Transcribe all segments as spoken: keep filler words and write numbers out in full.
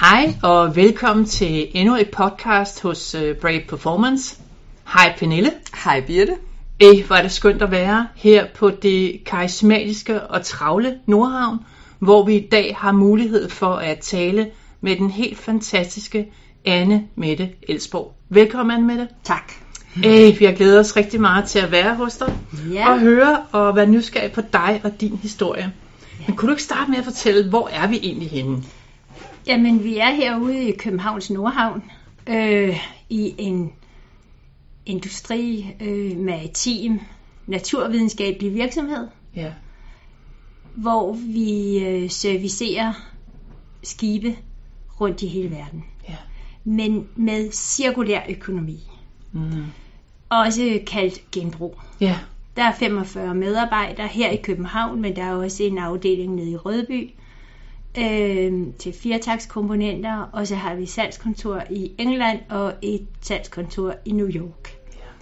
Hej og velkommen til endnu et podcast hos uh, Brave Performance. Hej Pernille. Hej Birte. Ej, hvor er det skønt at være her på det karismatiske og travle Nordhavn, hvor vi i dag har mulighed for at tale med den helt fantastiske Anne Mette Elsborg. Velkommen Anne Mette. Tak. Ej, vi har glædet os rigtig meget til at være hos dig Ja. og høre og være nysgerrig på dig og din historie. Men kunne du ikke starte med at fortælle, hvor er vi egentlig henne? Jamen, vi er herude i Københavns Nordhavn øh, i en industri, øh, maritim, naturvidenskabelig virksomhed, Ja. hvor vi øh, servicerer skibe rundt i hele verden. Ja. Men med cirkulær økonomi, Mm. også kaldt genbrug. Ja. Der er femogfyrre medarbejdere her i København, men der er også en afdeling nede i Rødby øh, til firetaktskomponenter, og så har vi salgskontor i England og et salgskontor i New York.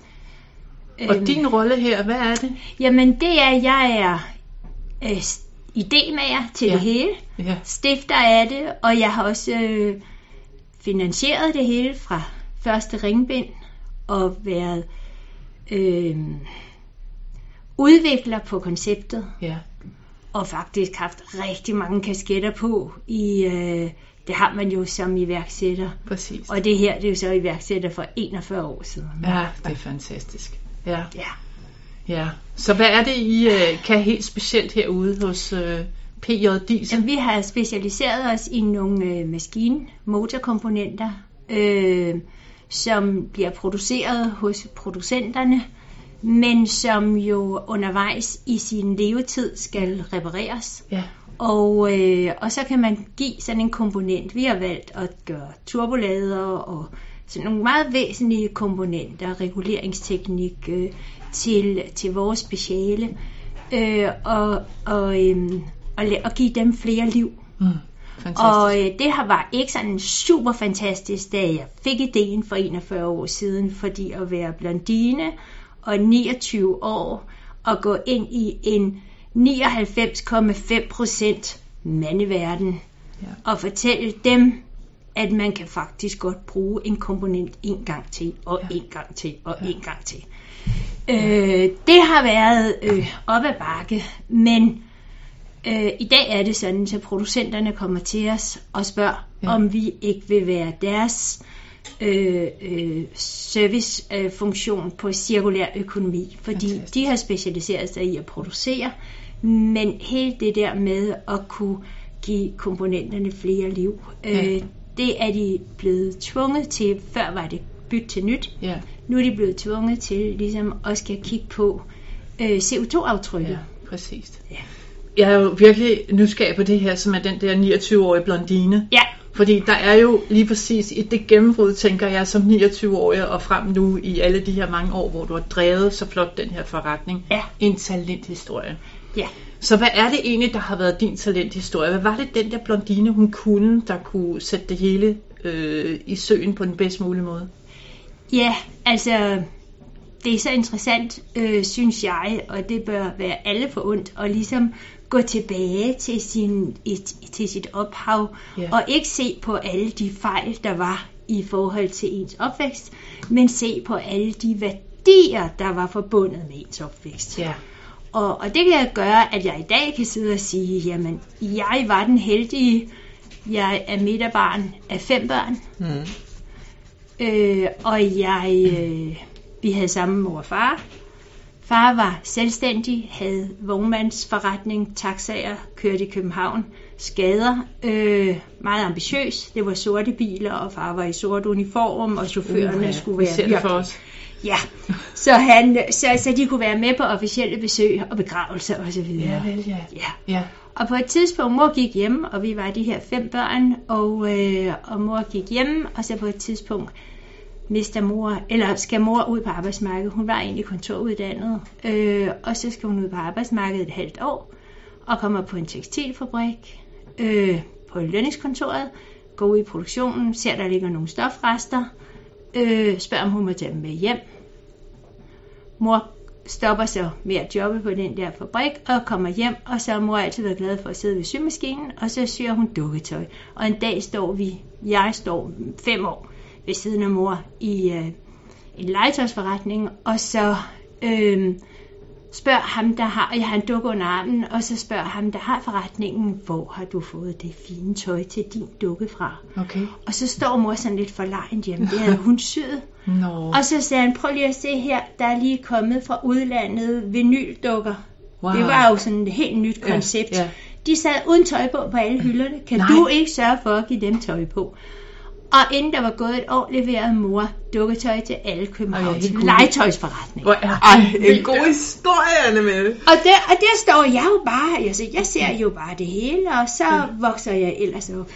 Og din rolle her, hvad er det? Jamen det er, jeg er øh, idémager til Ja. det hele, Ja. stifter af det, og jeg har også øh, finansieret det hele fra første ringbind og været øh, udvikler på konceptet. Ja. Og faktisk haft rigtig mange kasketter på i, øh, det har man jo som iværksætter. Præcis. Og det her, det er jo så iværksætter for enogfyrre år siden. Ja, det er fantastisk. Ja. Ja. Ja. Så hvad er det, I øh, kan helt specielt herude hos øh, P J Diesel? Jamen, vi har specialiseret os i nogle øh, maskine-motorkomponenter, øh, som bliver produceret hos producenterne, men som jo undervejs i sin levetid skal repareres. Ja. Og, øh, og så kan man give sådan en komponent. Vi har valgt at gøre turbolader og sådan nogle meget væsentlige komponenter, reguleringsteknik øh, til, til vores speciale, øh, og, og, øh, og, og give dem flere liv. Mm. Fantastisk. Og øh, det har var ikke sådan super fantastisk, da jeg fik ideen for enogfyrre år siden, fordi at være blondine og niogtyve år og gå ind i en nioghalvfems komma fem procent mandeverden, Ja. og fortælle dem, at man kan faktisk godt bruge en komponent en gang til, og Ja. en gang til, og Ja. en gang til. Øh, det har været øh, op ad bakke, men øh, i dag er det sådan, så producenterne kommer til os og spørger, Ja. ja. om vi ikke vil være deres øh, øh, servicefunktion øh, på cirkulær økonomi, fordi Fantastisk. de har specialiseret sig i at producere, men hele det der med at kunne give komponenterne flere liv, Ja. øh, det er de blevet tvunget til. Før var det byt til nyt. Ja. Nu er de blevet tvunget til ligesom at skal kigge på øh, C O to aftrykket. Ja, præcis. Ja. Jeg er jo virkelig nysgerrig på det her, som er den der niogtyve-årige blondine. Ja. Fordi der er jo lige præcis i det gennembrud, tænker jeg, som niogtyve-årig og frem nu i alle de her mange år, hvor du har drevet så flot den her forretning. Ja. En talenthistorie. Ja. Så hvad er det egentlig, der har været din talenthistorie? Hvad var det, den der blondine, hun kunne, der kunne sætte det hele øh, i søen på den bedst mulige måde? Ja, altså, det er så interessant, øh, synes jeg, og det bør være alle forundt, at ligesom gå tilbage til, sin, et, til sit ophav, Ja. og ikke se på alle de fejl, der var i forhold til ens opvækst, men se på alle de værdier, der var forbundet med ens opvækst. Ja. Og, og det kan gøre, at jeg i dag kan sidde og sige, jamen, jeg var den heldige, jeg er midterbarn af fem børn, Mm. øh, og jeg, øh, vi havde samme mor og far. Far var selvstændig, havde vognmandsforretning, taxaer, kørte i København, skader, øh, meget ambitiøs. Det var sorte biler, og far var i sort uniform, og chaufførerne Uha, skulle vi være ser det for virkelig- os. Ja, så, han, så, så de kunne være med på officielle besøg og begravelser osv. Ja, vel, ja. Ja. Ja. Og på et tidspunkt, mor gik hjem, og vi var de her fem børn, og, øh, og mor gik hjem, og så på et tidspunkt mister mor, eller skal mor ud på arbejdsmarkedet. Hun var egentlig kontoruddannet, øh, og så skal hun ud på arbejdsmarkedet et halvt år, og kommer på en tekstilfabrik, øh, på lønningskontoret, går ud i produktionen, ser der ligger nogle stofrester, øh, spørger om hun må tage dem med hjem. Mor stopper så med at jobbe på den der fabrik, og kommer hjem, og så har mor altid været glad for at sidde ved symaskinen, og så syr hun dukketøj. Og en dag står vi, jeg står fem år ved siden af mor i øh, en legetøjsforretning, og så øh, spørger ham, der har, jeg har en dukke under armen, og så spørger ham, der har forretningen, hvor har du fået det fine tøj til din dukke fra? Okay. Og så står mor sådan lidt forlegent hjemme, det havde hun syet. No. Og så sagde han, prøv lige at se her, der er lige kommet fra udlandet vinyldukker. Wow. Det var jo sådan et helt nyt koncept. Ja, ja. De sad uden tøj på på alle hylderne. Kan Nej. du ikke sørge for at give dem tøj på? Og inden der var gået et år, leverede mor dukketøj til alle Københavns legetøjsforretninger. Ej, en god historie, Anne Mette. Og der, og der står jeg jo bare, altså jeg ser jo bare det hele, og så ja. vokser jeg ellers op.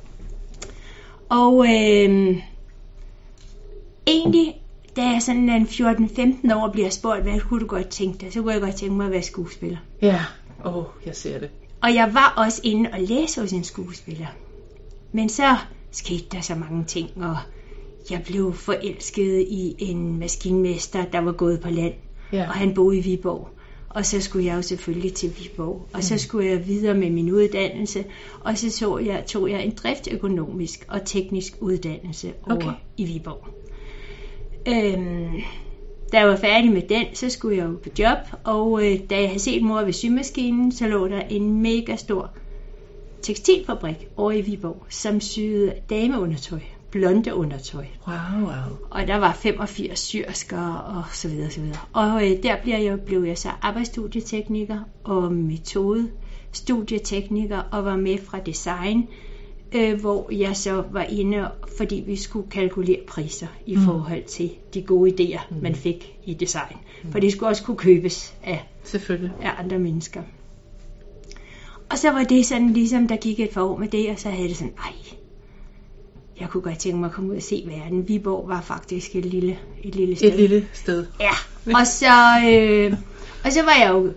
Og øh, egentlig, da jeg sådan en fjorten femten år bliver spurgt, hvad kunne du godt tænke dig, så kunne jeg godt tænke mig at være skuespiller. Ja, åh, oh, jeg ser det. Og jeg var også inde og læse hos en skuespiller. Men så skete der så mange ting, og jeg blev forelsket i en maskinmester, der var gået på land, ja. og han boede i Viborg. Og så skulle jeg jo selvfølgelig til Viborg, og så skulle jeg videre med min uddannelse, og så tog jeg, tog jeg en driftsøkonomisk og teknisk uddannelse over okay. i Viborg. Øhm, da jeg var færdig med den, så skulle jeg jo på job, og øh, da jeg havde set mor ved symaskinen, så lå der en mega stor tekstilfabrik over i Viborg, som syede dameundertøj, blonde undertøj. Wow, wow. Og der var femogfirs syrsker og så videre, så videre. Og øh, der blev jeg, blev jeg så arbejdsstudietekniker og metodestudietekniker og var med fra design, øh, hvor jeg så var inde, fordi vi skulle kalkulere priser i mm. forhold til de gode idéer, mm. man fik i design. Mm. For det skulle også kunne købes af, Selvfølgelig. af andre mennesker. Og så var det sådan ligesom, der gik et par år med det, og så havde det sådan, ej, jeg kunne godt tænke mig at komme ud og se verden. Viborg var faktisk et lille, et lille sted. Et lille sted. Ja, og så, øh, og så var jeg jo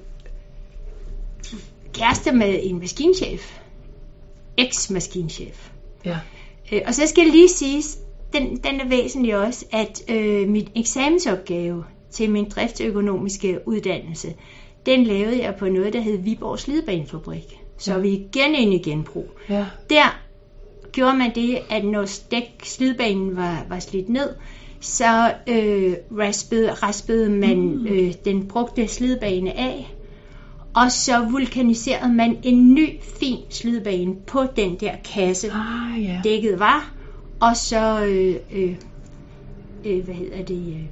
kæreste med en maskinchef. Eks-maskinchef. Ja. Øh, og så skal det lige siges, den, den er væsentlig også, at øh, mit eksamensopgave til min driftsøkonomiske uddannelse, den lavede jeg på noget, der hed Viborg Slidebanefabrik. Så ja. vi igen ind i genbrug. Ja. Der gjorde man det, at når stik slidebanen var, var slidt ned, så øh, raspede, raspede man mm. øh, den brugte slidebane af, og så vulkaniserede man en ny, fin slidebane på den der kasse, ah, yeah. dækket var, og så, øh, øh, øh, hvad hedder det? Øh,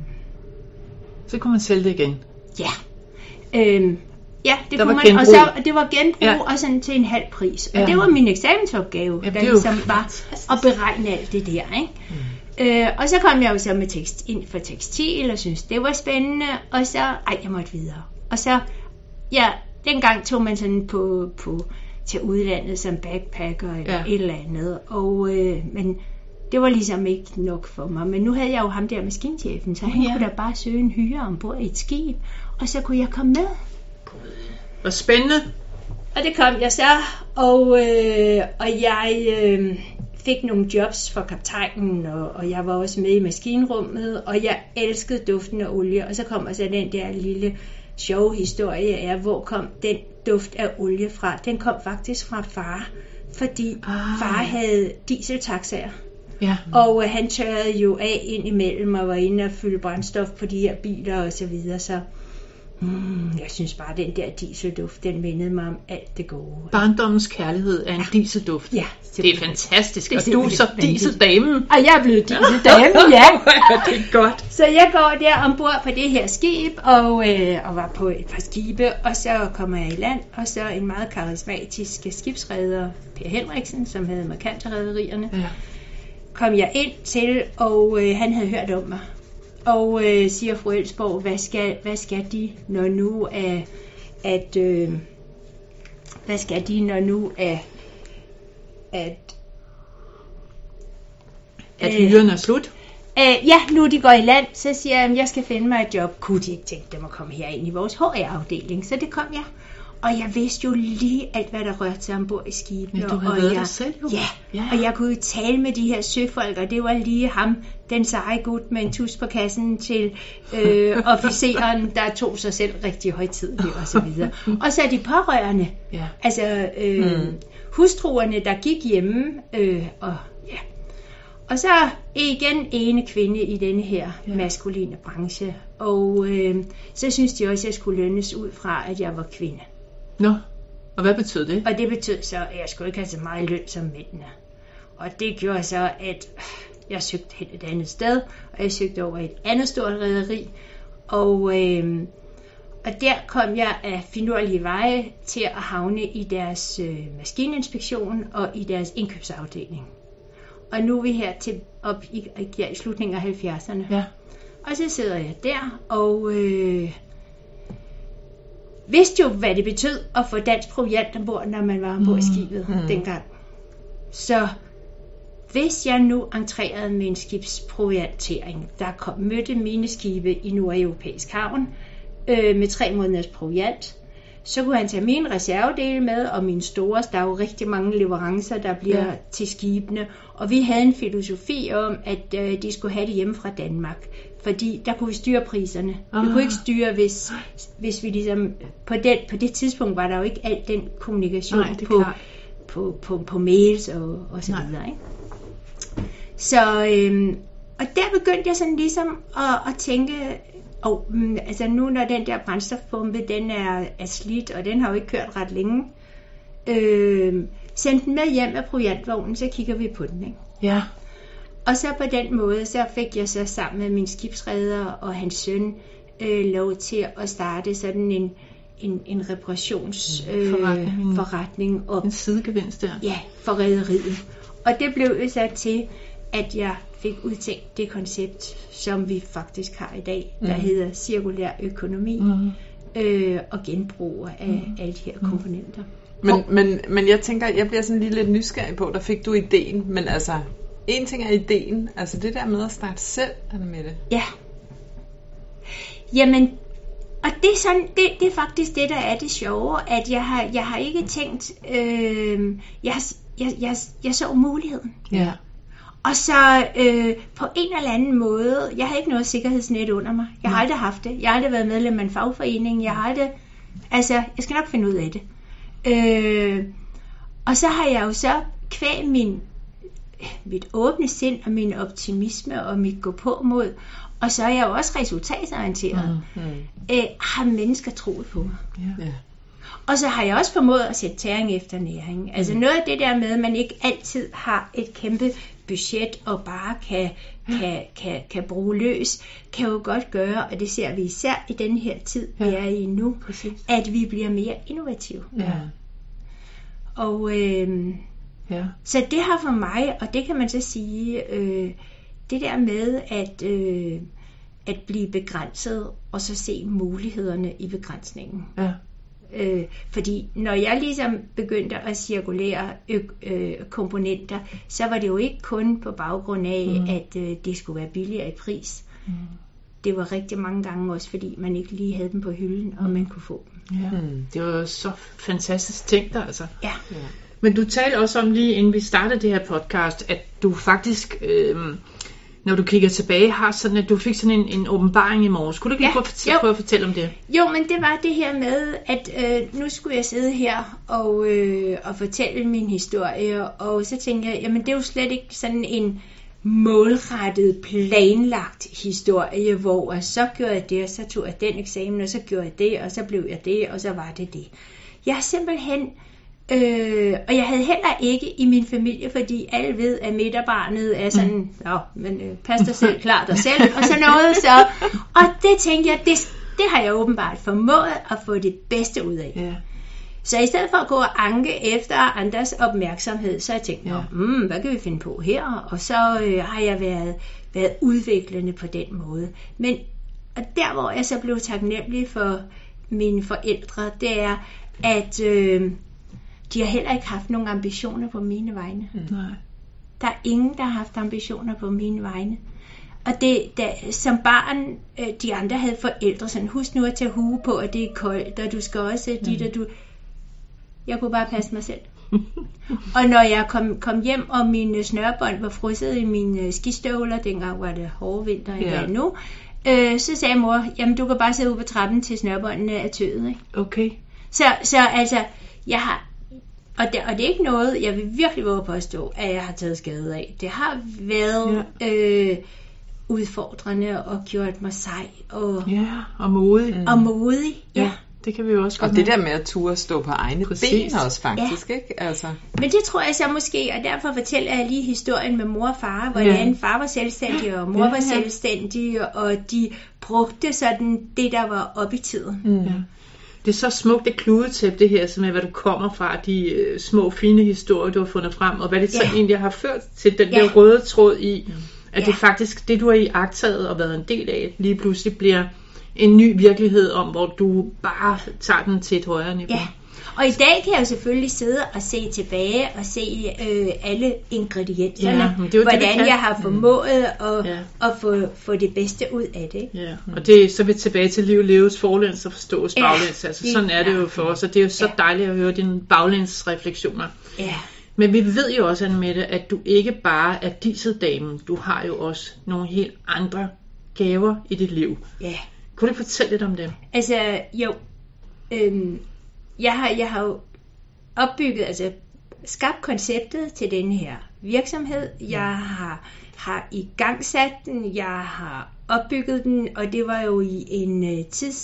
så kunne man sælge det igen. Ja. Øh, Ja, det, kunne man, og så, det var genbrug, ja. og sådan til en halv pris. Og ja. det var min eksamensopgave, ja, der ligesom var at beregne alt det der. Ikke? Mm. Øh, og så kom jeg jo så med tekst ind for tekstil, og synes det var spændende, og så, ej, jeg måtte videre. Og så, ja, dengang tog man sådan på, på til udlandet som backpacker eller ja. et eller andet, og, øh, men det var ligesom ikke nok for mig. Men nu havde jeg jo ham der maskinchefen, så han ja. kunne da bare søge en hyre ombord i et skib, og så kunne jeg komme med. Hvor spændende. Og det kom jeg så, og, øh, og jeg øh, fik nogle jobs for kaptajnen, og, og jeg var også med i maskinrummet, og jeg elskede duften af olie. Og så kommer så den der lille sjove historie af, hvor kom den duft af olie fra. Den kom faktisk fra far, fordi ah. far havde dieseltaxaer. Ja. Og øh, han tørrede jo af ind imellem og var inde og fylde brændstof på de her biler og så videre, så Mm, jeg synes bare, den der dieselduft, den mindede mig om alt det gode. Barndommens kærlighed er en ja. dieselduft. Ja. Det er fantastisk. Og du er så dieseldamen. Og jeg er blevet dieseldamen, ja. Det er godt. Så jeg går der ombord på det her skib, og, øh, og var på et par skibe, og så kommer jeg i land, og så en meget karismatisk skibsreder, Per Henriksen, som havde Mercanter-rederierne, ja. kom jeg ind til, og øh, han havde hørt om mig. Og øh, siger fru Elsborg, hvad skal, hvad skal de, når nu er, at, øh, hvad skal de, når nu er, at, at hyren er slut? Øh, ja, nu de går i land, så siger jeg, at jeg skal finde mig et job. Kunne de ikke tænke dem at komme herind i vores H R-afdeling? Så det kom jeg. Og jeg vidste jo lige alt, hvad der rørte sig ombord i skibene. Men du havde og været jeg, der selv jo. Ja, Ja. og jeg kunne jo tale med de her søfolk, og det var lige ham, den seje gut med en tus på kassen, til øh, officeren, der tog sig selv rigtig højtideligt og så videre. Og så de pårørende, Ja. altså øh, Mm. hustruerne, der gik hjemme, øh, og ja. Og så igen ene kvinde i denne her Ja. maskuline branche. Og øh, så synes de også, at jeg skulle lønnes ud fra, at jeg var kvinde. Nå, og hvad betød det? Og det betød så, at jeg skulle ikke have så meget løn som mændene. Og det gjorde så, at jeg søgte hen et andet sted, og jeg søgte over et andet stort rederi. Og, øh, og der kom jeg af finurlige veje til at havne i deres øh, maskininspektion og i deres indkøbsafdeling. Og nu er vi her til op i, i, i slutningen af halvfjerdserne. Ja. Og så sidder jeg der og øh, vidste jo, hvad det betød at få dansk proviant ombord, når man var ombord i skibet Mm. dengang. Så hvis jeg nu entrerede med en skibsproviantering, der kom, mødte mine skibe i nordeuropæisk havn øh, med tre måneders proviant, så kunne han tage mine reservedele med, og mine store, der er jo rigtig mange leverancer, der bliver Ja. til skibene. Og vi havde en filosofi om, at øh, de skulle have det hjemme fra Danmark. Fordi der kunne vi styre priserne. Ah. Vi kunne ikke styre, hvis, hvis vi ligesom... På, den, på det tidspunkt var der jo ikke al den kommunikation Nej, det er på, klart. på, på, på mails og, og så Nej. videre. Ikke? Så, øhm, og der begyndte jeg sådan ligesom at, at tænke... Og mm, altså nu når den der brændstofpumpe, den er, er slidt, og den har jo ikke kørt ret længe, øh, send den med hjem af proviantvognen, så kigger vi på den, ikke? Ja. Og så på den måde, så fik jeg så sammen med min skibsreder og hans søn øh, lov til at starte sådan en, en, en reparationsforretning øh, Forretning. forretning op, En sidegevinst der. ja, for rederiet. Og det blev jo så til, at jeg fik udtænkt det koncept, som vi faktisk har i dag, der Mm. hedder cirkulær økonomi Mm. øh, og genbrug af mm. alle de her komponenter. Men, men, men jeg tænker, jeg bliver sådan lige lidt nysgerrig på, der fik du ideen, men altså, en ting er ideen, altså det der med at starte selv, Annemette. Ja. Jamen, og det er, sådan, det, det er faktisk det, der er det sjove, at jeg har, jeg har ikke tænkt, øh, jeg, har, jeg, jeg, jeg så muligheden. Ja. Og så øh, på en eller anden måde, jeg havde ikke noget sikkerhedsnet under mig. Jeg har aldrig haft det. Jeg har aldrig været medlem af en fagforening. Jeg har aldrig, altså, jeg skal nok finde ud af det. Øh, og så har jeg jo så kvæg min, mit åbne sind og min optimisme og mit gå på mod. Og så er jeg jo også resultatorienteret. Mm. Mm. Øh, har mennesker troet på mig. Ja. Ja. Og så har jeg også formået at sætte tæring efter næring. Altså noget af det der med, at man ikke altid har et kæmpe budget og bare kan, kan, kan, kan bruge løs, kan jo godt gøre, og det ser vi især i den her tid, vi Ja. er i nu, Præcis. at vi bliver mere innovative. Ja. Og øh, Ja. så det har for mig, og det kan man så sige, øh, det der med at, øh, at blive begrænset, og så se mulighederne i begrænsningen. Ja. Øh, fordi når jeg ligesom begyndte at cirkulere ø- øh, komponenter, så var det jo ikke kun på baggrund af, mm. at øh, det skulle være billigere i pris. Mm. Det var rigtig mange gange også, fordi man ikke lige havde dem på hylden, og man kunne få dem. Ja. Mm. Det var jo så fantastisk tænkt, altså. Ja, Ja. Men du talte også om lige inden vi startede det her podcast, at du faktisk, øh, når du kigger tilbage, har sådan, at du fik sådan en, en åbenbaring i morges. Kunne du ikke lige Ja, prøve, at fortælle, jo. prøve at fortælle om det? jo, men det var det her med, at øh, nu skulle jeg sidde her og, øh, og fortælle min historie, og så tænkte jeg, jamen det er jo slet ikke sådan en målrettet, planlagt historie, hvor så gjorde jeg det, og så tog jeg den eksamen, og så gjorde jeg det, og så blev jeg det, og så var det det. Jeg har simpelthen, øh, og jeg havde heller ikke i min familie, fordi alle ved, at midterbarnet er sådan, nå, men øh, pas dig selv, klar dig selv, og sådan noget, så, og det tænkte jeg, det, det har jeg åbenbart formået at få det bedste ud af. Ja. Så i stedet for at gå og anke efter andres opmærksomhed, så har jeg tænkt, Ja. ja. mm, hvad kan vi finde på her? Og så øh, har jeg været, været udviklende på den måde. Men og der, hvor jeg så blev taknemmelig for mine forældre, det er, at øh, de har heller ikke haft nogen ambitioner på mine vegne. Mm. Nej. Der er ingen, der har haft ambitioner på mine vegne. Og det, da, som barn, øh, de andre havde forældre sådan, husk nu at tage hue på, at det er koldt, og du skal også dit, og du... Jeg kunne bare passe mig selv. Og når jeg kom, kom hjem, og mine snørebånd var frosset i mine skistøvler, dengang var det hårde vinter i Ja. dag nu, øh, så sagde mor, jamen du kan bare sidde ude på trappen til snørebåndene er tøet, ikke? Okay. Så, så altså, jeg har, og det, og det er ikke noget, jeg vil virkelig våge påstå, at jeg har taget skade af. Det har været ja. øh, udfordrende og gjort mig sej og, Ja, og modig. mm. og modig. Ja. Ja, det kan vi jo også godt Og det med. der med at ture stå på egne Præcis. ben også faktisk, ja. ikke? Altså. Men det tror jeg så måske, og derfor fortæller jeg lige historien med mor og far, hvordan ja. far var selvstændig, og mor Ja, var ja. selvstændig, og de brugte sådan det, der var op i tiden. Mm. Ja. Det er så smukt, det kludetæppe, det her, som er, hvad du kommer fra, de øh, små, fine historier, du har fundet frem, og hvad det så Ja. egentlig har ført til den Ja. der røde tråd i, at Ja. det faktisk, det du har iagttaget og været en del af, lige pludselig bliver en ny virkelighed om, hvor du bare tager den til et højere niveau. Ja. Og i dag kan jeg jo selvfølgelig sidde og se tilbage og se øh, alle ingredienserne, Ja, men det er jo det, vi hvordan kan. jeg har formået at, Ja. at få, få det bedste ud af det. Ikke? Ja, og det, så er vi tilbage til liv leves forlæns og forstås Ja, baglæns. Altså, det- sådan er det jo ja. for os, og det er jo så Ja. dejligt at høre dine baglænsrefleksioner. Ja. Men vi ved jo også, Annemette, at du ikke bare er dieseldamen. Du har jo også nogle helt andre gaver i dit liv. Ja. Kunne du fortælle lidt om dem? Altså, jo. Øhm, jeg, har, jeg har jo opbygget, altså skabt konceptet til denne her virksomhed. Jeg har, har igangsat den, jeg har opbygget den, og det var jo i en øh,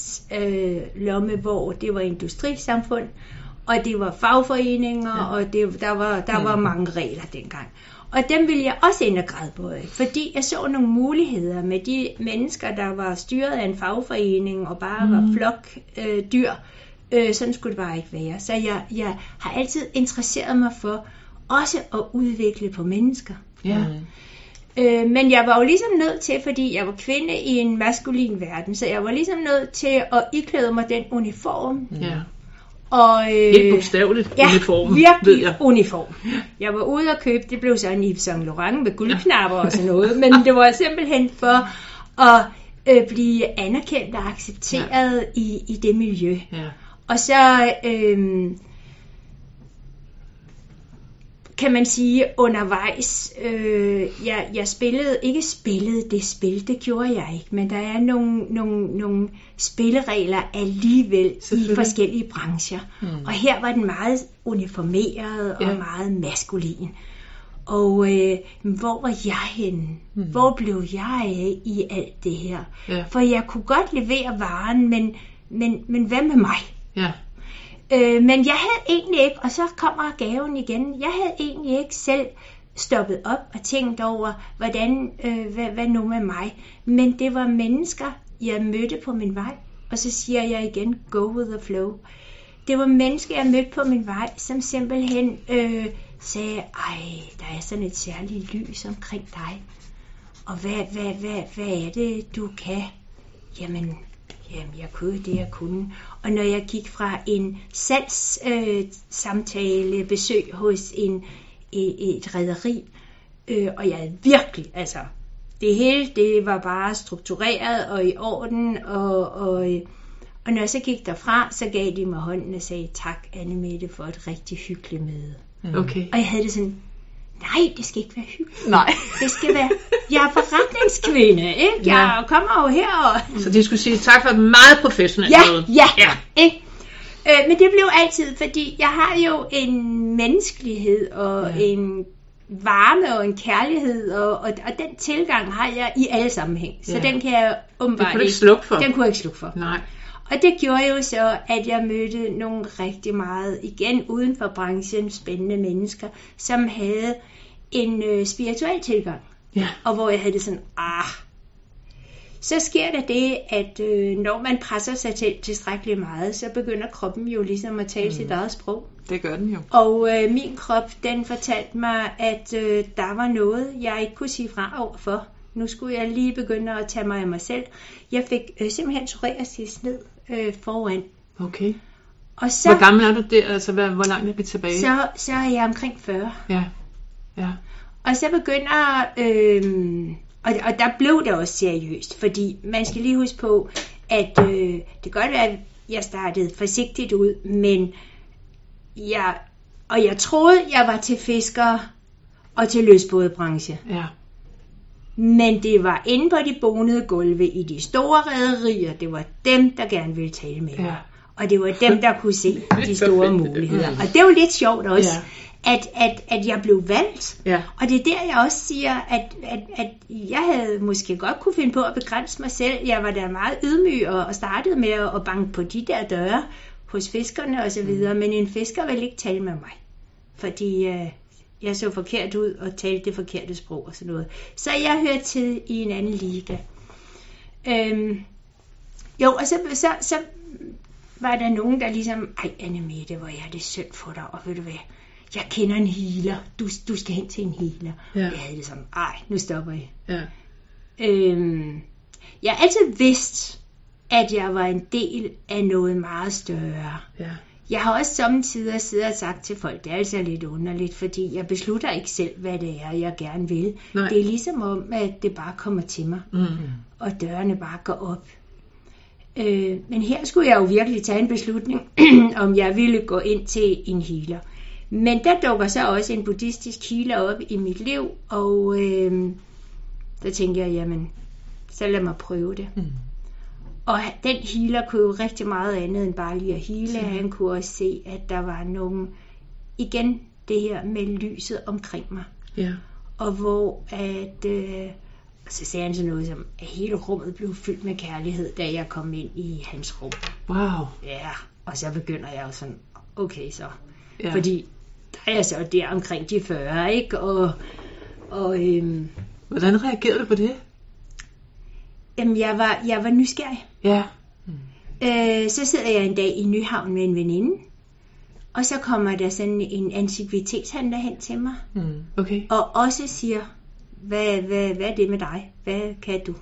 tidslomme, øh, hvor det var industrisamfund, og det var fagforeninger, ja. og det, der, var, der var mange regler dengang. Og dem ville jeg også ind og gradbøje, fordi jeg så nogle muligheder med de mennesker, der var styret af en fagforening og bare mm. var flok øh, dyr. Øh, sådan skulle det bare ikke være. Så jeg, jeg har altid interesseret mig for også at udvikle på mennesker. Ja. Mm. Øh, men jeg var jo ligesom nødt til, fordi jeg var kvinde i en maskulin verden, så jeg var ligesom nødt til at iklæde mig den uniform. Ja. Og, øh, Helt bogstaveligt ja, uniformen, ved virkelig jeg. uniform. Jeg var ude og købe, det blev så en Yves Saint Laurent med guldknapper og sådan noget, men det var simpelthen for at øh, blive anerkendt og accepteret ja. i, i det miljø. Ja. Og så øh, kan man sige undervejs, øh, jeg, jeg spillede, ikke spillede det spil, det gjorde jeg ikke, men der er nogle, nogle, nogle spilleregler alligevel i forskellige brancher. Mm. Og her var den meget uniformeret og Ja. meget maskulin. Og øh, hvor var jeg henne? Mm. Hvor blev jeg af i alt det her? Ja. For jeg kunne godt levere varen, men, men, men hvad med mig? Ja. Øh, men jeg havde egentlig ikke, og så kommer gaven igen, jeg havde egentlig ikke selv stoppet op og tænkt over, hvordan, øh, hvad, hvad nu med mig. Men det var mennesker, jeg mødte på min vej, og så siger jeg igen, go with the flow. Det var mennesker, jeg mødte på min vej, som simpelthen øh, sagde, ej, der er sådan et særligt lys omkring dig. Og hvad, hvad, hvad, hvad er det, du kan? Jamen, jamen, jeg kunne det, jeg kunne. Og når jeg gik fra en salgssamtale, øh, besøg hos en, et, et rederi, øh, og jeg virkelig, altså, det hele, det var bare struktureret og i orden, og, og, og når jeg så gik derfra, så gav de mig hånden og sagde, tak Annemette for et rigtig hyggeligt møde. Okay. Og jeg havde det sådan, nej, det skal ikke være hyggeligt. Nej. Det skal være, jeg er forretningskvinde, ikke? Jeg Ja. kommer jo her og... Så de skulle sige tak for et meget professionelt Ja, møde. ja, Ja. ikke? Øh, men det blev altid, fordi jeg har jo en menneskelighed og Ja. ja. en varme og en kærlighed, og, og, og den tilgang har jeg i alle sammenhæng. Så Ja. den kan jeg åbenbart Det kunne du ikke slukke for. Den kunne jeg ikke slukke for. Nej. Og det gjorde jo så, at jeg mødte nogle rigtig meget, igen uden for branchen, spændende mennesker, som havde en øh, spirituel tilgang. Ja. Og hvor jeg havde det sådan, ah. Så sker der det, at øh, når man presser sig til tilstrækkeligt meget, så begynder kroppen jo ligesom at tale mm. sit eget sprog. Det gør den jo. Og øh, min krop, den fortalte mig, at øh, der var noget, jeg ikke kunne sige fra overfor. Nu skulle jeg lige begynde at tage mig af mig selv. Jeg fik øh, simpelthen psoriasis ned øh, foran. Okay. Og så, Hvor gammel er du der? Altså, hvad, hvor langt er vi tilbage? så, så er jeg omkring fyrre. Ja. Ja. Og så begynder, øh, og, og der blev det også seriøst, fordi man skal lige huske på, at øh, det kan godt være, at jeg startede forsigtigt ud, men jeg, og jeg troede, jeg var til fiskere og til løsbådebranche. Ja. Men det var inde på de bonede gulve i de store rederier. Det var dem, der gerne ville tale med mig. Ja. Og det var dem, der kunne se de store muligheder. Og det er jo lidt sjovt også, ja. at, at, at jeg blev valgt. Ja. Og det er der, jeg også siger, at, at, at jeg havde måske godt kunne finde på at begrænse mig selv. Jeg var da meget ydmyg og, og startede med at, at banke på de der døre hos fiskerne osv. Mm. Men en fisker ville ikke tale med mig. Fordi øh, jeg så forkert ud og talte det forkerte sprog og sådan noget. Så jeg hørte til i en anden liga. Øhm, jo, og så... så, så var der nogen, der ligesom, ej Anne-Mette, hvor er det synd for dig, og ved du hvad, jeg kender en healer, du, du skal hen til en healer. Ja. Jeg havde det som, ej, nu stopper jeg. Ja. Øhm, jeg har altid vidst, at jeg var en del af noget meget større. Ja. Jeg har også samtidig siddet og sagt til folk, det er altså lidt underligt, fordi jeg beslutter ikke selv, hvad det er, jeg gerne vil. Nej. Det er ligesom om, at det bare kommer til mig, mm. og dørene bare går op. Øh, men her skulle jeg jo virkelig tage en beslutning, om jeg ville gå ind til en healer. Men der dukker så også en buddhistisk healer op i mit liv, og øh, der tænkte jeg, jamen, så lad mig prøve det. Mm. Og den healer kunne jo rigtig meget andet end bare lige at heale. Mm. Han kunne også se, at der var nogen, igen det her med lyset omkring mig. Ja. Og hvor at... Øh, så sagde han sådan noget som, at hele rummet blev fyldt med kærlighed, da jeg kom ind i hans rum. Wow. Ja, og så begynder jeg jo sådan, okay så. Ja. Fordi der er jeg så der omkring de fyrre, ikke? Og, og, øhm, hvordan reagerede du på det? Jamen, jeg var, jeg var nysgerrig. Ja. Mm. Øh, så sidder jeg en dag i Nyhavn med en veninde, og så kommer der sådan en antikvitetshandler hen til mig, mm. okay. og også siger, Hvad, hvad, hvad er det med dig? Hvad kan du?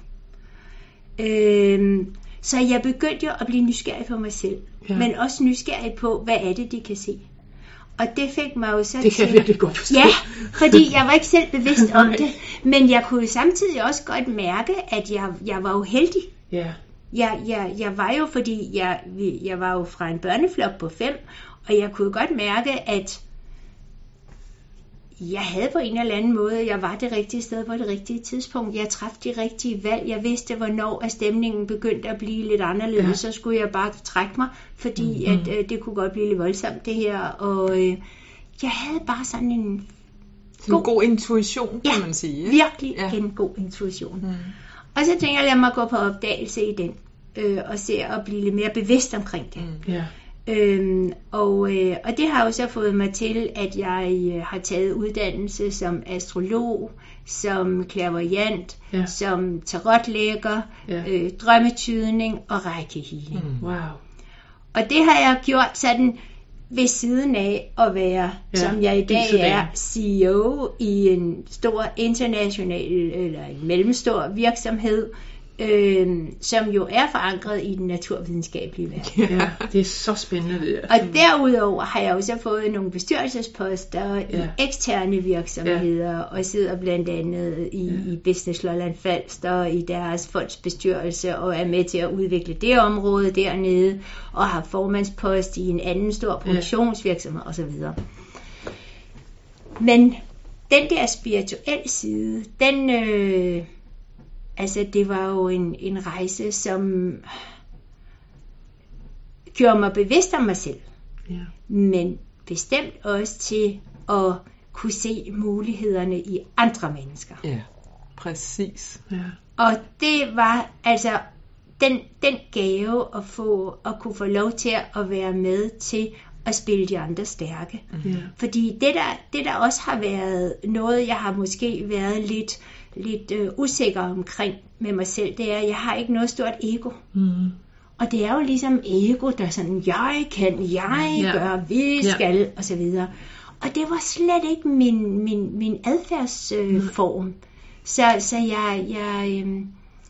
Øhm, så jeg begyndte jo at blive nysgerrig på mig selv. Ja. Men også nysgerrig på, hvad er det, de kan se? Og det fik mig jo så det kan jeg virkelig godt forstå. Ja, fordi jeg var ikke selv bevidst om det. Men jeg kunne samtidig også godt mærke, at jeg, jeg var uheldig. Ja. Jeg, jeg, jeg var jo, fordi jeg, jeg var jo fra en børneflok på fem, og jeg kunne godt mærke, at jeg havde på en eller anden måde, jeg var det rigtige sted på det rigtige tidspunkt. Jeg traf de rigtige valg. Jeg vidste, hvornår at stemningen begyndte at blive lidt anderledes. Ja. Så skulle jeg bare trække mig, fordi mm-hmm. at, øh, det kunne godt blive lidt voldsomt det her. Og øh, jeg havde bare sådan en god, en god intuition, kan ja, man sige. virkelig ja. en god intuition. Mm. Og så tænkte jeg, lad mig gå på opdagelse i den, øh, og se at blive lidt mere bevidst omkring det. Mm. Ja. Øhm, og, øh, og det har jo så fået mig til, at jeg øh, har taget uddannelse som astrolog, som clairvoyant, ja. som tarotlægger, ja. øh, drømmetydning og rækkehealing. Mm. Wow. Og det har jeg gjort sådan ved siden af at være, ja. som jeg i dag er, C E O i en stor international eller en mellemstor virksomhed, Øh, som jo er forankret i den naturvidenskabelige verden. Ja, det er så spændende det der. Og derudover har jeg også fået nogle bestyrelsesposter ja. i eksterne virksomheder, ja. og sidder blandt andet i, ja. i Business Lolland Falster i deres fondsbestyrelse, og er med til at udvikle det område dernede, og har formandspost i en anden stor produktionsvirksomhed osv. Men den der spirituelle side, den... Øh, Altså, det var jo en, en rejse, som gjorde mig bevidst om mig selv. Ja. Men bestemt også til at kunne se mulighederne i andre mennesker. Ja, præcis. Ja. Og det var altså den, den gave at få at kunne få lov til at være med til at spille de andre stærke. Mm-hmm. Fordi det der, det der også har været noget, jeg har måske været lidt... lidt øh, usikker omkring med mig selv, det er, at jeg har ikke noget stort ego. Mm. Og det er jo ligesom ego, der er sådan, jeg kan, jeg ja. gør, vi ja. skal, og så videre. Og det var slet ikke min, min, min adfærdsform. Øh, mm. Så, så jeg... jeg øh,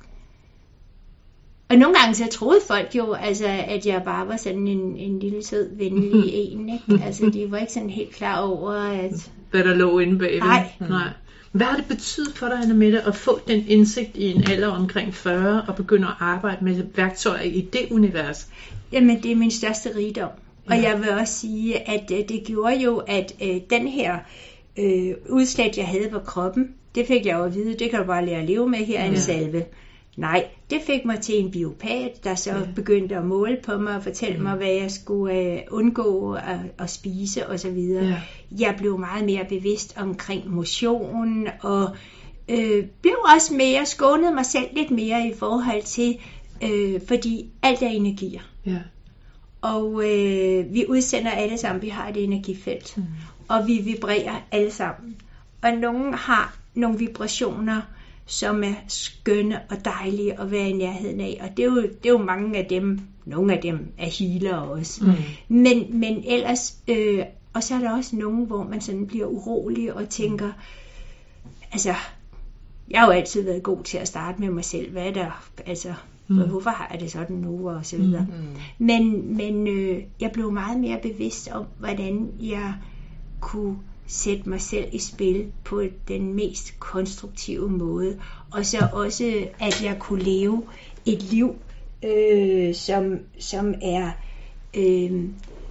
og nogle gange så troede folk jo, altså, at jeg bare var sådan en, en lille sød, venlig en. Ikke? Altså, de var ikke sådan helt klar over, at... Hvad der lå inde bagved. Nej. Nej. Hvad har det betydet for dig, Anne-Mette, at få den indsigt i en alder omkring fyrre og begynde at arbejde med værktøjer i det univers? Jamen, det er min største rigdom. Og ja. Jeg vil også sige, at øh, det gjorde jo, at øh, den her øh, udslæt, jeg havde på kroppen, det fik jeg jo at vide, det kan du bare lære at leve med her, ja. En salve. Nej, det fik mig til en biopat, der så ja. Begyndte at måle på mig og fortælle ja. Mig, hvad jeg skulle øh, undgå at, at spise osv. Ja. Jeg blev meget mere bevidst omkring motion, og øh, blev også mere, skånede mig selv lidt mere i forhold til, øh, fordi alt er energier. Ja. Og øh, vi udsender alle sammen, vi har et energifelt, mm. og vi vibrerer alle sammen. Og nogen har nogle vibrationer, som er skønne og dejlige at være i nærheden af. Og det er jo, det er jo mange af dem, nogle af dem er healer også. Mm. Men, men ellers, øh, og så er der også nogen, hvor man sådan bliver urolig og tænker, altså, jeg har jo altid været god til at starte med mig selv. Hvad er der, altså, mm. hvorfor har jeg det sådan nu, og så videre. Mm. Men, men øh, jeg blev meget mere bevidst om, hvordan jeg kunne sætte mig selv i spil på den mest konstruktive måde. Og så også, at jeg kunne leve et liv, øh, som, som er øh,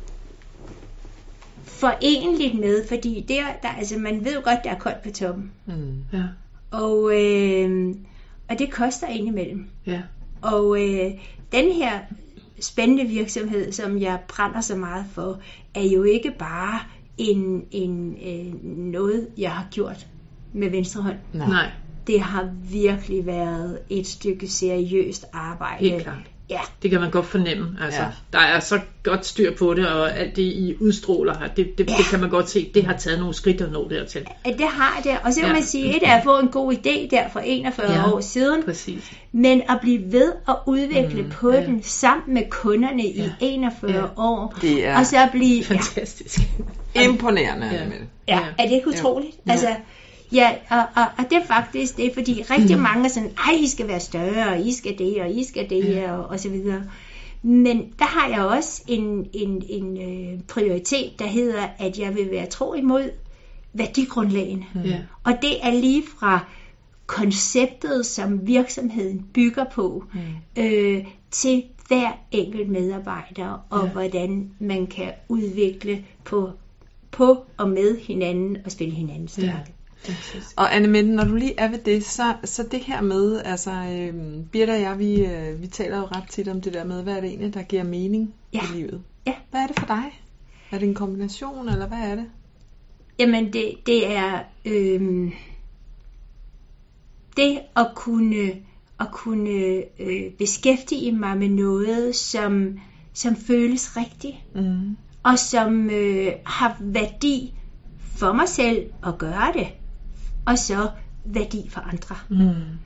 forenligt med, fordi der, der, altså man ved jo godt, der er koldt på toppen. Mm. Ja. Og, øh, og det koster indimellem. Ja. Og øh, den her spændende virksomhed, som jeg brænder så meget for, er jo ikke bare en, en, øh, noget, jeg har gjort med venstre hånd. Nej. Det har virkelig været et stykke seriøst arbejde. Helt klart. Ja. Det kan man godt fornemme. Altså, ja. Der er så godt styr på det, og alt det, I udstråler her, det, det, ja. Det kan man godt se. Det har taget nogle skridt at nå dertil. Ja, det har det. Og så kan ja. Man sige, at jeg har fået en god idé der for enogfyrre ja. År siden. Præcis. Men at blive ved at udvikle mm, på ja. Den sammen med kunderne ja. I enogfyrre ja. År. Det er og så at blive fantastisk. Ja. Imponerende. Ja. Ja. Ja, er det ikke utroligt? Ja. Altså, ja, og, og, og det er faktisk det, fordi rigtig mm. mange er sådan, ej, I skal være større, og I skal det, og I skal det, ja. og, og så videre. Men der har jeg også en, en, en øh, prioritet, der hedder, at jeg vil være tro imod værdigrundlagene. Mm. Og det er lige fra konceptet, som virksomheden bygger på, mm. øh, til hver enkelt medarbejder, og ja. Hvordan man kan udvikle på, på og med hinanden, og spille hinanden stærke. Ja. Og Annemette, når du lige er ved det, så, så det her med, altså øh, Birthe og jeg, vi, øh, vi taler jo ret tit om det der med, hvad er det egentlig, der giver mening ja. I livet? Ja. Hvad er det for dig? Er det en kombination, eller hvad er det? Jamen det, det er øh, det at kunne, at kunne øh, beskæftige mig med noget, som, som føles rigtigt, mm. og som øh, har værdi for mig selv at gøre det, og så værdi for andre. Mm.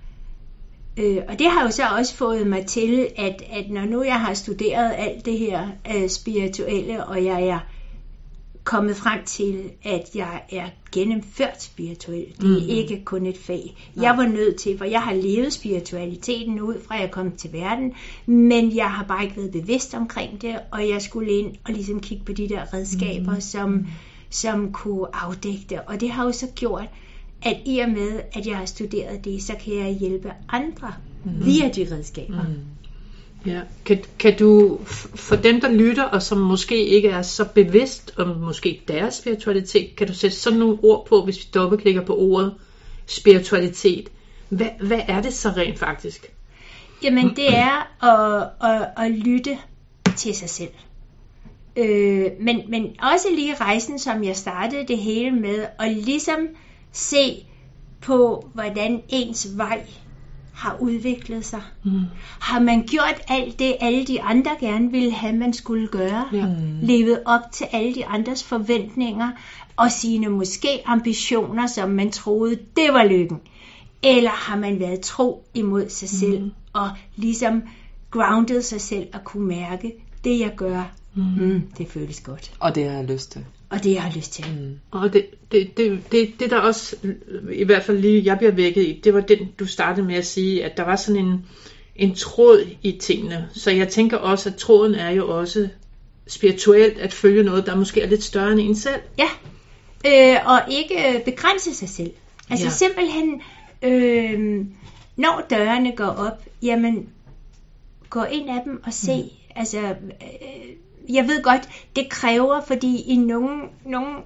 Øh, og det har jo så også fået mig til, at, at når nu jeg har studeret alt det her øh, spirituelle, og jeg er kommet frem til, at jeg er gennemført spirituel. Det er mm. ikke kun et fag. Nej. Jeg var nødt til, for jeg har levet spiritualiteten ud fra jeg kom til verden, men jeg har bare ikke været bevidst omkring det, og jeg skulle ind og ligesom kigge på de der redskaber, mm. som, som kunne afdække det. Og det har jo så gjort, at i og med, at jeg har studeret det, så kan jeg hjælpe andre mm. via de redskaber. Mm. Ja. Kan, kan du, for dem der lytter, og som måske ikke er så bevidst om måske deres spiritualitet, kan du sætte sådan nogle ord på, hvis vi dobbeltklikker på ordet spiritualitet? Hvad, hvad er det så rent faktisk? Jamen det er at, at, at lytte til sig selv. Øh, men, men også lige rejsen, som jeg startede det hele med, og ligesom se på, hvordan ens vej har udviklet sig. Mm. Har man gjort alt det, alle de andre gerne ville have, man skulle gøre? Ja. Mm. Levet op til alle de andres forventninger og sine måske ambitioner, som man troede, det var lykken? Eller har man været tro imod sig mm. selv og ligesom grounded sig selv og kunne mærke, det jeg gør, mm. Mm, det føles godt. Og det har jeg lyst til. Og det jeg har lyst til. Mm. Og det, det, det, det, det der også, i hvert fald lige, jeg bliver vækket i, det var den, du startede med at sige, at der var sådan en, en tråd i tingene. Så jeg tænker også, at tråden er jo også spirituelt at følge noget, der måske er lidt større end en selv. Ja, øh, og ikke begrænse sig selv. Altså ja. simpelthen, øh, når dørene går op, jamen, gå ind af dem og se, mm. altså, øh, jeg ved godt, det kræver, fordi i nogen, nogen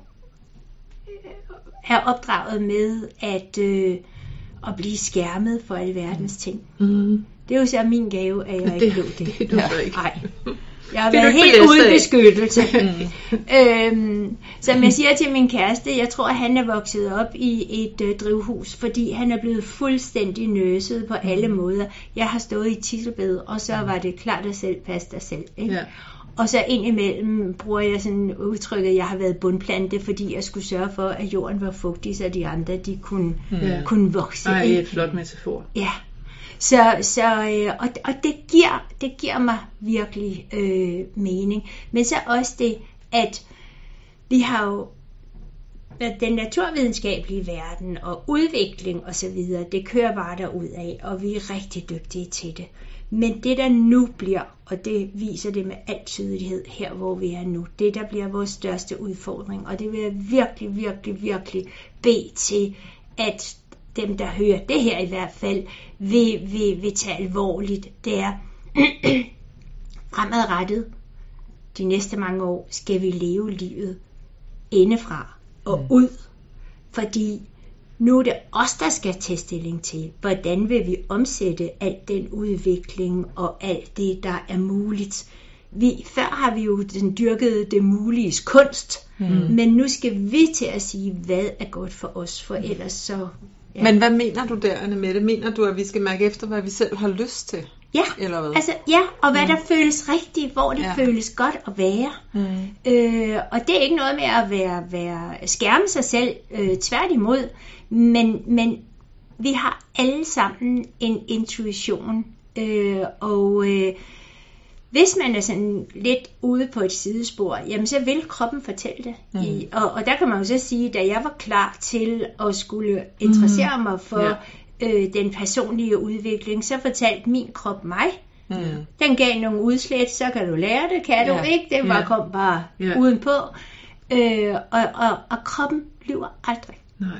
er opdraget med at, øh, at blive skærmet for alverdens ting. Mm. Det er jo så min gave, at jeg ikke blev det. Det er du så ikke. Nej. Jeg har været helt uden beskyttelse. øhm, som jeg siger til min kæreste, jeg tror, at han er vokset op i et øh, drivhus, fordi han er blevet fuldstændig nøset på alle måder. Jeg har stået i tisselbed, og så var det klart at selv passe dig selv. Ikke? Ja. Og så indimellem bruger jeg sådan udtrykket, at jeg har været bundplante, fordi jeg skulle sørge for, at jorden var fugtig, så de andre de kunne, ja. kunne vokse. Nej, det er et flot metafor. Ja. Så, så, øh, og, og det, giver, det giver mig virkelig øh, mening. Men så også det, at vi har jo den naturvidenskabelige verden og udvikling og så videre, det kører bare derudad, og vi er rigtig dygtige til det. Men det der nu bliver, og det viser det med al tydelighed her, hvor vi er nu, det der bliver vores største udfordring, og det vil jeg virkelig, virkelig, virkelig bede til, at dem, der hører det her i hvert fald, vil, vil, vil tage alvorligt. Det er fremadrettet. De næste mange år skal vi leve livet indefra og ud. Fordi nu er det os, der skal tage stilling til, hvordan vil vi omsætte alt den udvikling og alt det, der er muligt. Vi, før har vi jo den dyrkede det muliges kunst, mm. men nu skal vi til at sige, hvad er godt for os, for ellers så... Ja. Men hvad mener du der, Annemette? Mener du, at vi skal mærke efter, hvad vi selv har lyst til? Ja, eller hvad? altså, ja, og hvad mm. der føles rigtigt, hvor det ja. føles godt at være. Mm. Øh, og det er ikke noget med at være, være skærme sig selv, øh, tværtimod, men, men vi har alle sammen en intuition, øh, og øh, hvis man er sådan lidt ude på et sidespor, jamen så vil kroppen fortælle det. Mm. I, og, og der kan man jo så sige, da jeg var klar til at skulle interessere mm. mig for ja. øh, den personlige udvikling, så fortalte min krop mig. Mm. Den gav nogle udslæt, så kan du lære det, kan ja. du ikke? Det bare ja. kom bare ja. udenpå. Øh, og, og, og kroppen lyver aldrig. Nej.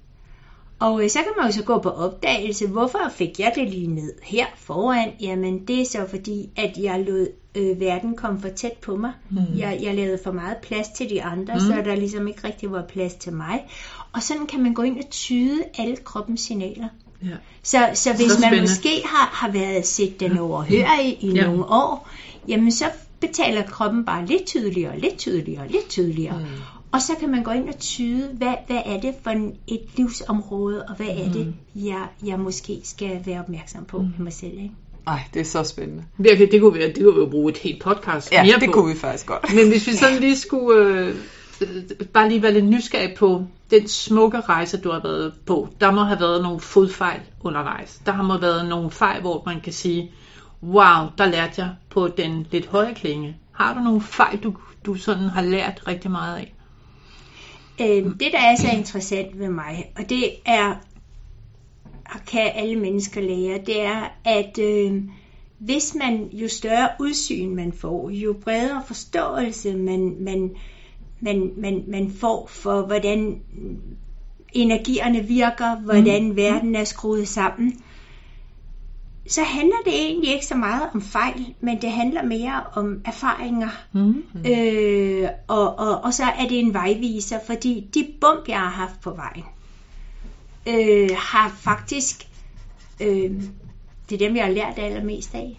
Og øh, så kan man jo så gå på opdagelse. Hvorfor fik jeg det lige ned her foran? Jamen det er så fordi, at jeg lod øh, verden komme for tæt på mig. Mm. Jeg, jeg lavede for meget plads til de andre, mm. så der ligesom ikke rigtig var plads til mig. Og sådan kan man gå ind og tyde alle kroppens signaler. Ja. Så, så hvis så man måske har, har været set den overhørig i ja. nogle år, jamen så betaler kroppen bare lidt tydeligere, lidt tydeligere, lidt tydeligere. Mm. Og så kan man gå ind og tyde, hvad, hvad er det for et livsområde, og hvad er det, jeg, jeg måske skal være opmærksom på mm. mig selv. Ikke? Ej, det er så spændende. Virkelig, det kunne vi, det kunne vi jo bruge et helt podcast ja, mere på. det kunne vi faktisk godt. Men hvis vi sådan lige skulle, øh, bare lige være lidt nysgerrig på den smukke rejse, du har været på. Der må have været nogle fodfejl undervejs. Der har må været nogle fejl, hvor man kan sige, wow, der lærte jeg på den lidt høje klinge. Har du nogle fejl, du, du sådan har lært rigtig meget af? Det, der er så interessant ved mig, og det er, kan alle mennesker lære, det er, at øh, hvis man, jo større udsyn man får, jo bredere forståelse man, man, man, man, man får for, hvordan energierne virker, hvordan mm. verden er skruet sammen, så handler det egentlig ikke så meget om fejl, men det handler mere om erfaringer. Mm. Øh, og, og, og så er det en vejviser, fordi de bump, jeg har haft på vejen, øh, har faktisk, øh, det er dem, jeg har lært allermest af.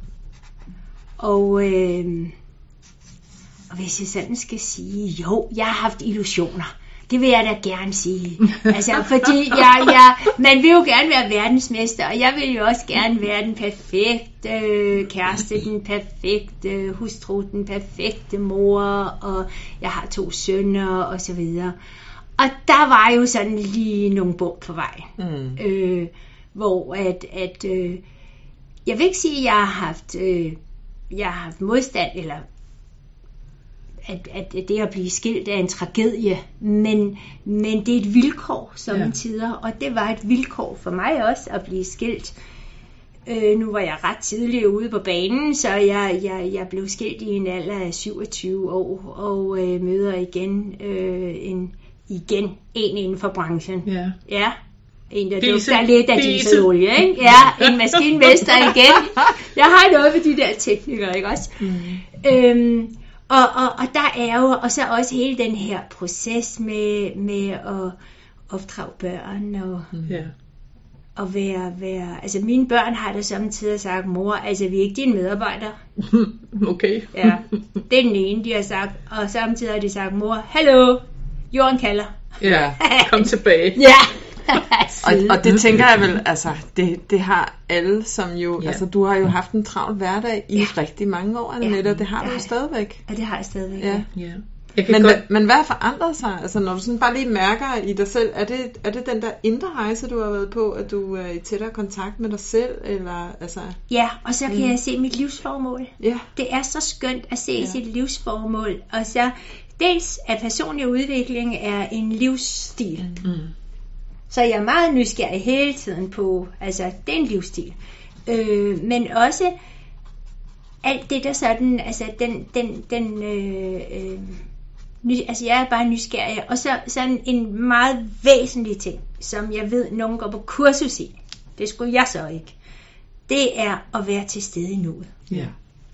Og, øh, og hvis jeg sådan skal sige, jo, jeg har haft illusioner. Det vil jeg da gerne sige. Altså, fordi jeg, jeg, man vil jo gerne være verdensmester, og jeg vil jo også gerne være den perfekte kæreste, den perfekte hustru, den perfekte mor, og jeg har to sønner, og så videre. Og der var jo sådan lige nogle bump på vej, mm. øh, hvor at, at øh, jeg vil ikke sige, at jeg har haft, øh, jeg har haft modstand, eller At, at det at blive skilt er en tragedie, men, men det er et vilkår sommetider, ja. Og det var et vilkår for mig også at blive skilt. Øh, nu var jeg ret tidligt ude på banen, så jeg, jeg, jeg blev skilt i en alder af syvogtyve år, og øh, møder igen, øh, en, igen en inden for branchen. Ja. Ja. En, der dufter lidt af dieselolie, ikke? Ja, en maskinmester igen. Jeg har noget med de der teknikere, ikke også? Mm. Øhm, Og, og, og der er jo og så også hele den her proces med, med at opdrage børn og, Ja. og være, være... Altså mine børn har det samtidig sagt, mor, altså vi er ikke dine medarbejdere. Okay. Ja, det er den ene, de har sagt. Og samtidig har de sagt, mor, hallo, jorden kalder. Ja, kom tilbage. Ja. Og, og det tænker jeg vel, altså, det, det har alle, som jo, Ja. altså, du har jo haft en travl hverdag i Ja. rigtig mange år, Ja. Annette, og det har Det du har jo jeg. stadigvæk. Og det har jeg stadigvæk. Ja. Ja. Jeg kan Men, godt... hva- men hvad har forandret sig? Altså, når du sådan bare lige mærker i dig selv, er det, er det den der indre rejse, du har været på, at du er i tættere kontakt med dig selv, eller altså... Ja, og så kan Mm. jeg se mit livsformål. Ja, Det er så skønt at se Ja. ja. sit livsformål. Og så dels at personlig udvikling er en livsstil. Mm. Så jeg er meget nysgerrig hele tiden på, altså det er en livsstil. Øh, men også alt det der sådan, altså den, den, den øh, øh, ny, altså jeg er bare nysgerrig. Og så sådan en meget væsentlig ting, som jeg ved, nogen går på kursus i. Det skulle jeg så ikke. Det er at være til stede i nuet. Ja.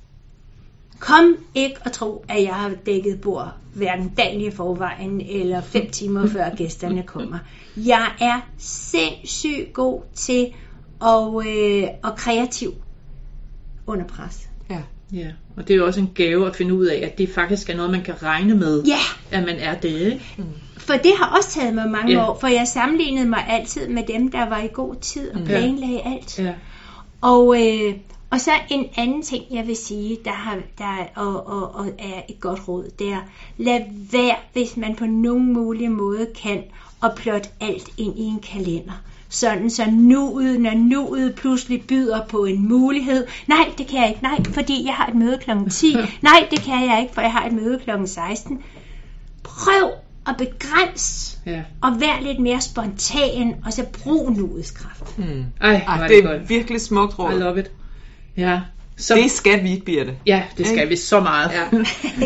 Kom ikke og tro, at jeg har dækket bord hverken dagen i forvejen eller fem timer før gæsterne kommer. Jeg er sindssygt god til og, øh, og kreativ under pres. ja. Ja, og det er jo også en gave at finde ud af, at det faktisk er noget, man kan regne med, Ja, at man er det, ikke? for det har også taget mig mange Ja. år, for jeg sammenlignede mig altid med dem, der var i god tid og planlagde alt. Ja. Og, øh, og så en anden ting, jeg vil sige, der, har, der og, og, og er et godt råd, det er, lad være, hvis man på nogen mulig måde kan, at plotte alt ind i en kalender. Sådan så nuet, når nuet pludselig byder på en mulighed. Nej, det kan jeg ikke. Nej, fordi jeg har et møde klokken ti. Nej, det kan jeg ikke, for jeg har et møde klokken seksten. Prøv at begrænse Ja. og vær lidt mere spontan, og så brug nuets kraft. Mm. Ej, Ej, var det det er godt. virkelig smukt råd. I love it. Ja. Så, Det skal vi, Birte. ja, det skal Ikke? vi så meget. Ja.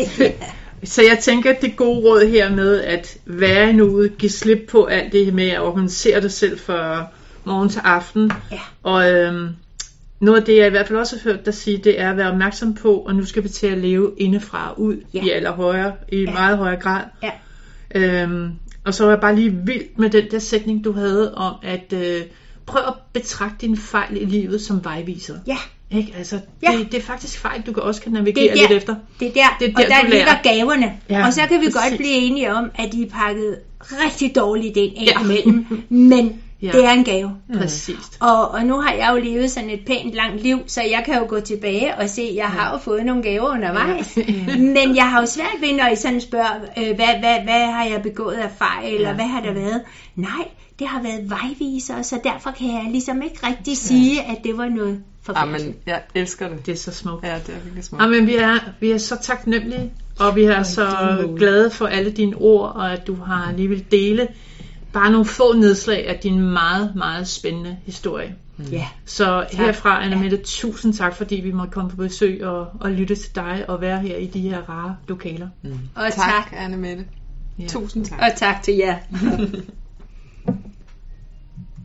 Så jeg tænker, at det gode råd her med at være i nuet, give slip på alt det med at organisere dig selv fra morgen til aften. Ja. Og øhm, noget af det, jeg i hvert fald også har hørt dig sige, det er at være opmærksom på, og nu skal vi til at leve indefra og ud Ja. i allerhøjere, i Ja. meget højere grad. Ja. Øhm, og så var jeg bare lige vild med den der sætning, du havde om, at øh, prøv at betragte dine fejl i livet som vejviser. Ja, Ikke? Altså, Ja. det, det er faktisk fejl, du kan også kan navigere Det er der. lidt efter. det er der, Det er og der, der du ligger lærer. gaverne. Ja, Og så kan vi præcis. godt blive enige om, at de er pakket rigtig dårligt ind Ja. indimellem, men Ja. det er en gave. Præcis. Og, og nu har jeg jo levet sådan et pænt langt liv, så jeg kan jo gå tilbage og se, at jeg har jo fået nogle gaver undervejs. Men jeg har jo svært ved, når I sådan spørger, øh, hvad, hvad, hvad har jeg begået af fejl, eller Ja. hvad har der været? Nej, det har været vejviser, så derfor kan jeg ligesom ikke rigtig sige, at det var noget forfærdeligt. Jamen, jeg elsker det. Det er så smukt. Ja, det er virkelig smukt. Jamen, vi er, vi er så taknemmelige, og vi er så glade for alle dine ord, og at du har lige vil dele bare nogle få nedslag af din meget, meget spændende historie. Ja. Så herfra, Anna Mette, tusind tak, fordi vi måtte komme på besøg og, og lytte til dig og være her i de her rare lokaler. Mm. Og tak, tak. Anne Mette. Ja. Tusind tak. Og tak til jer.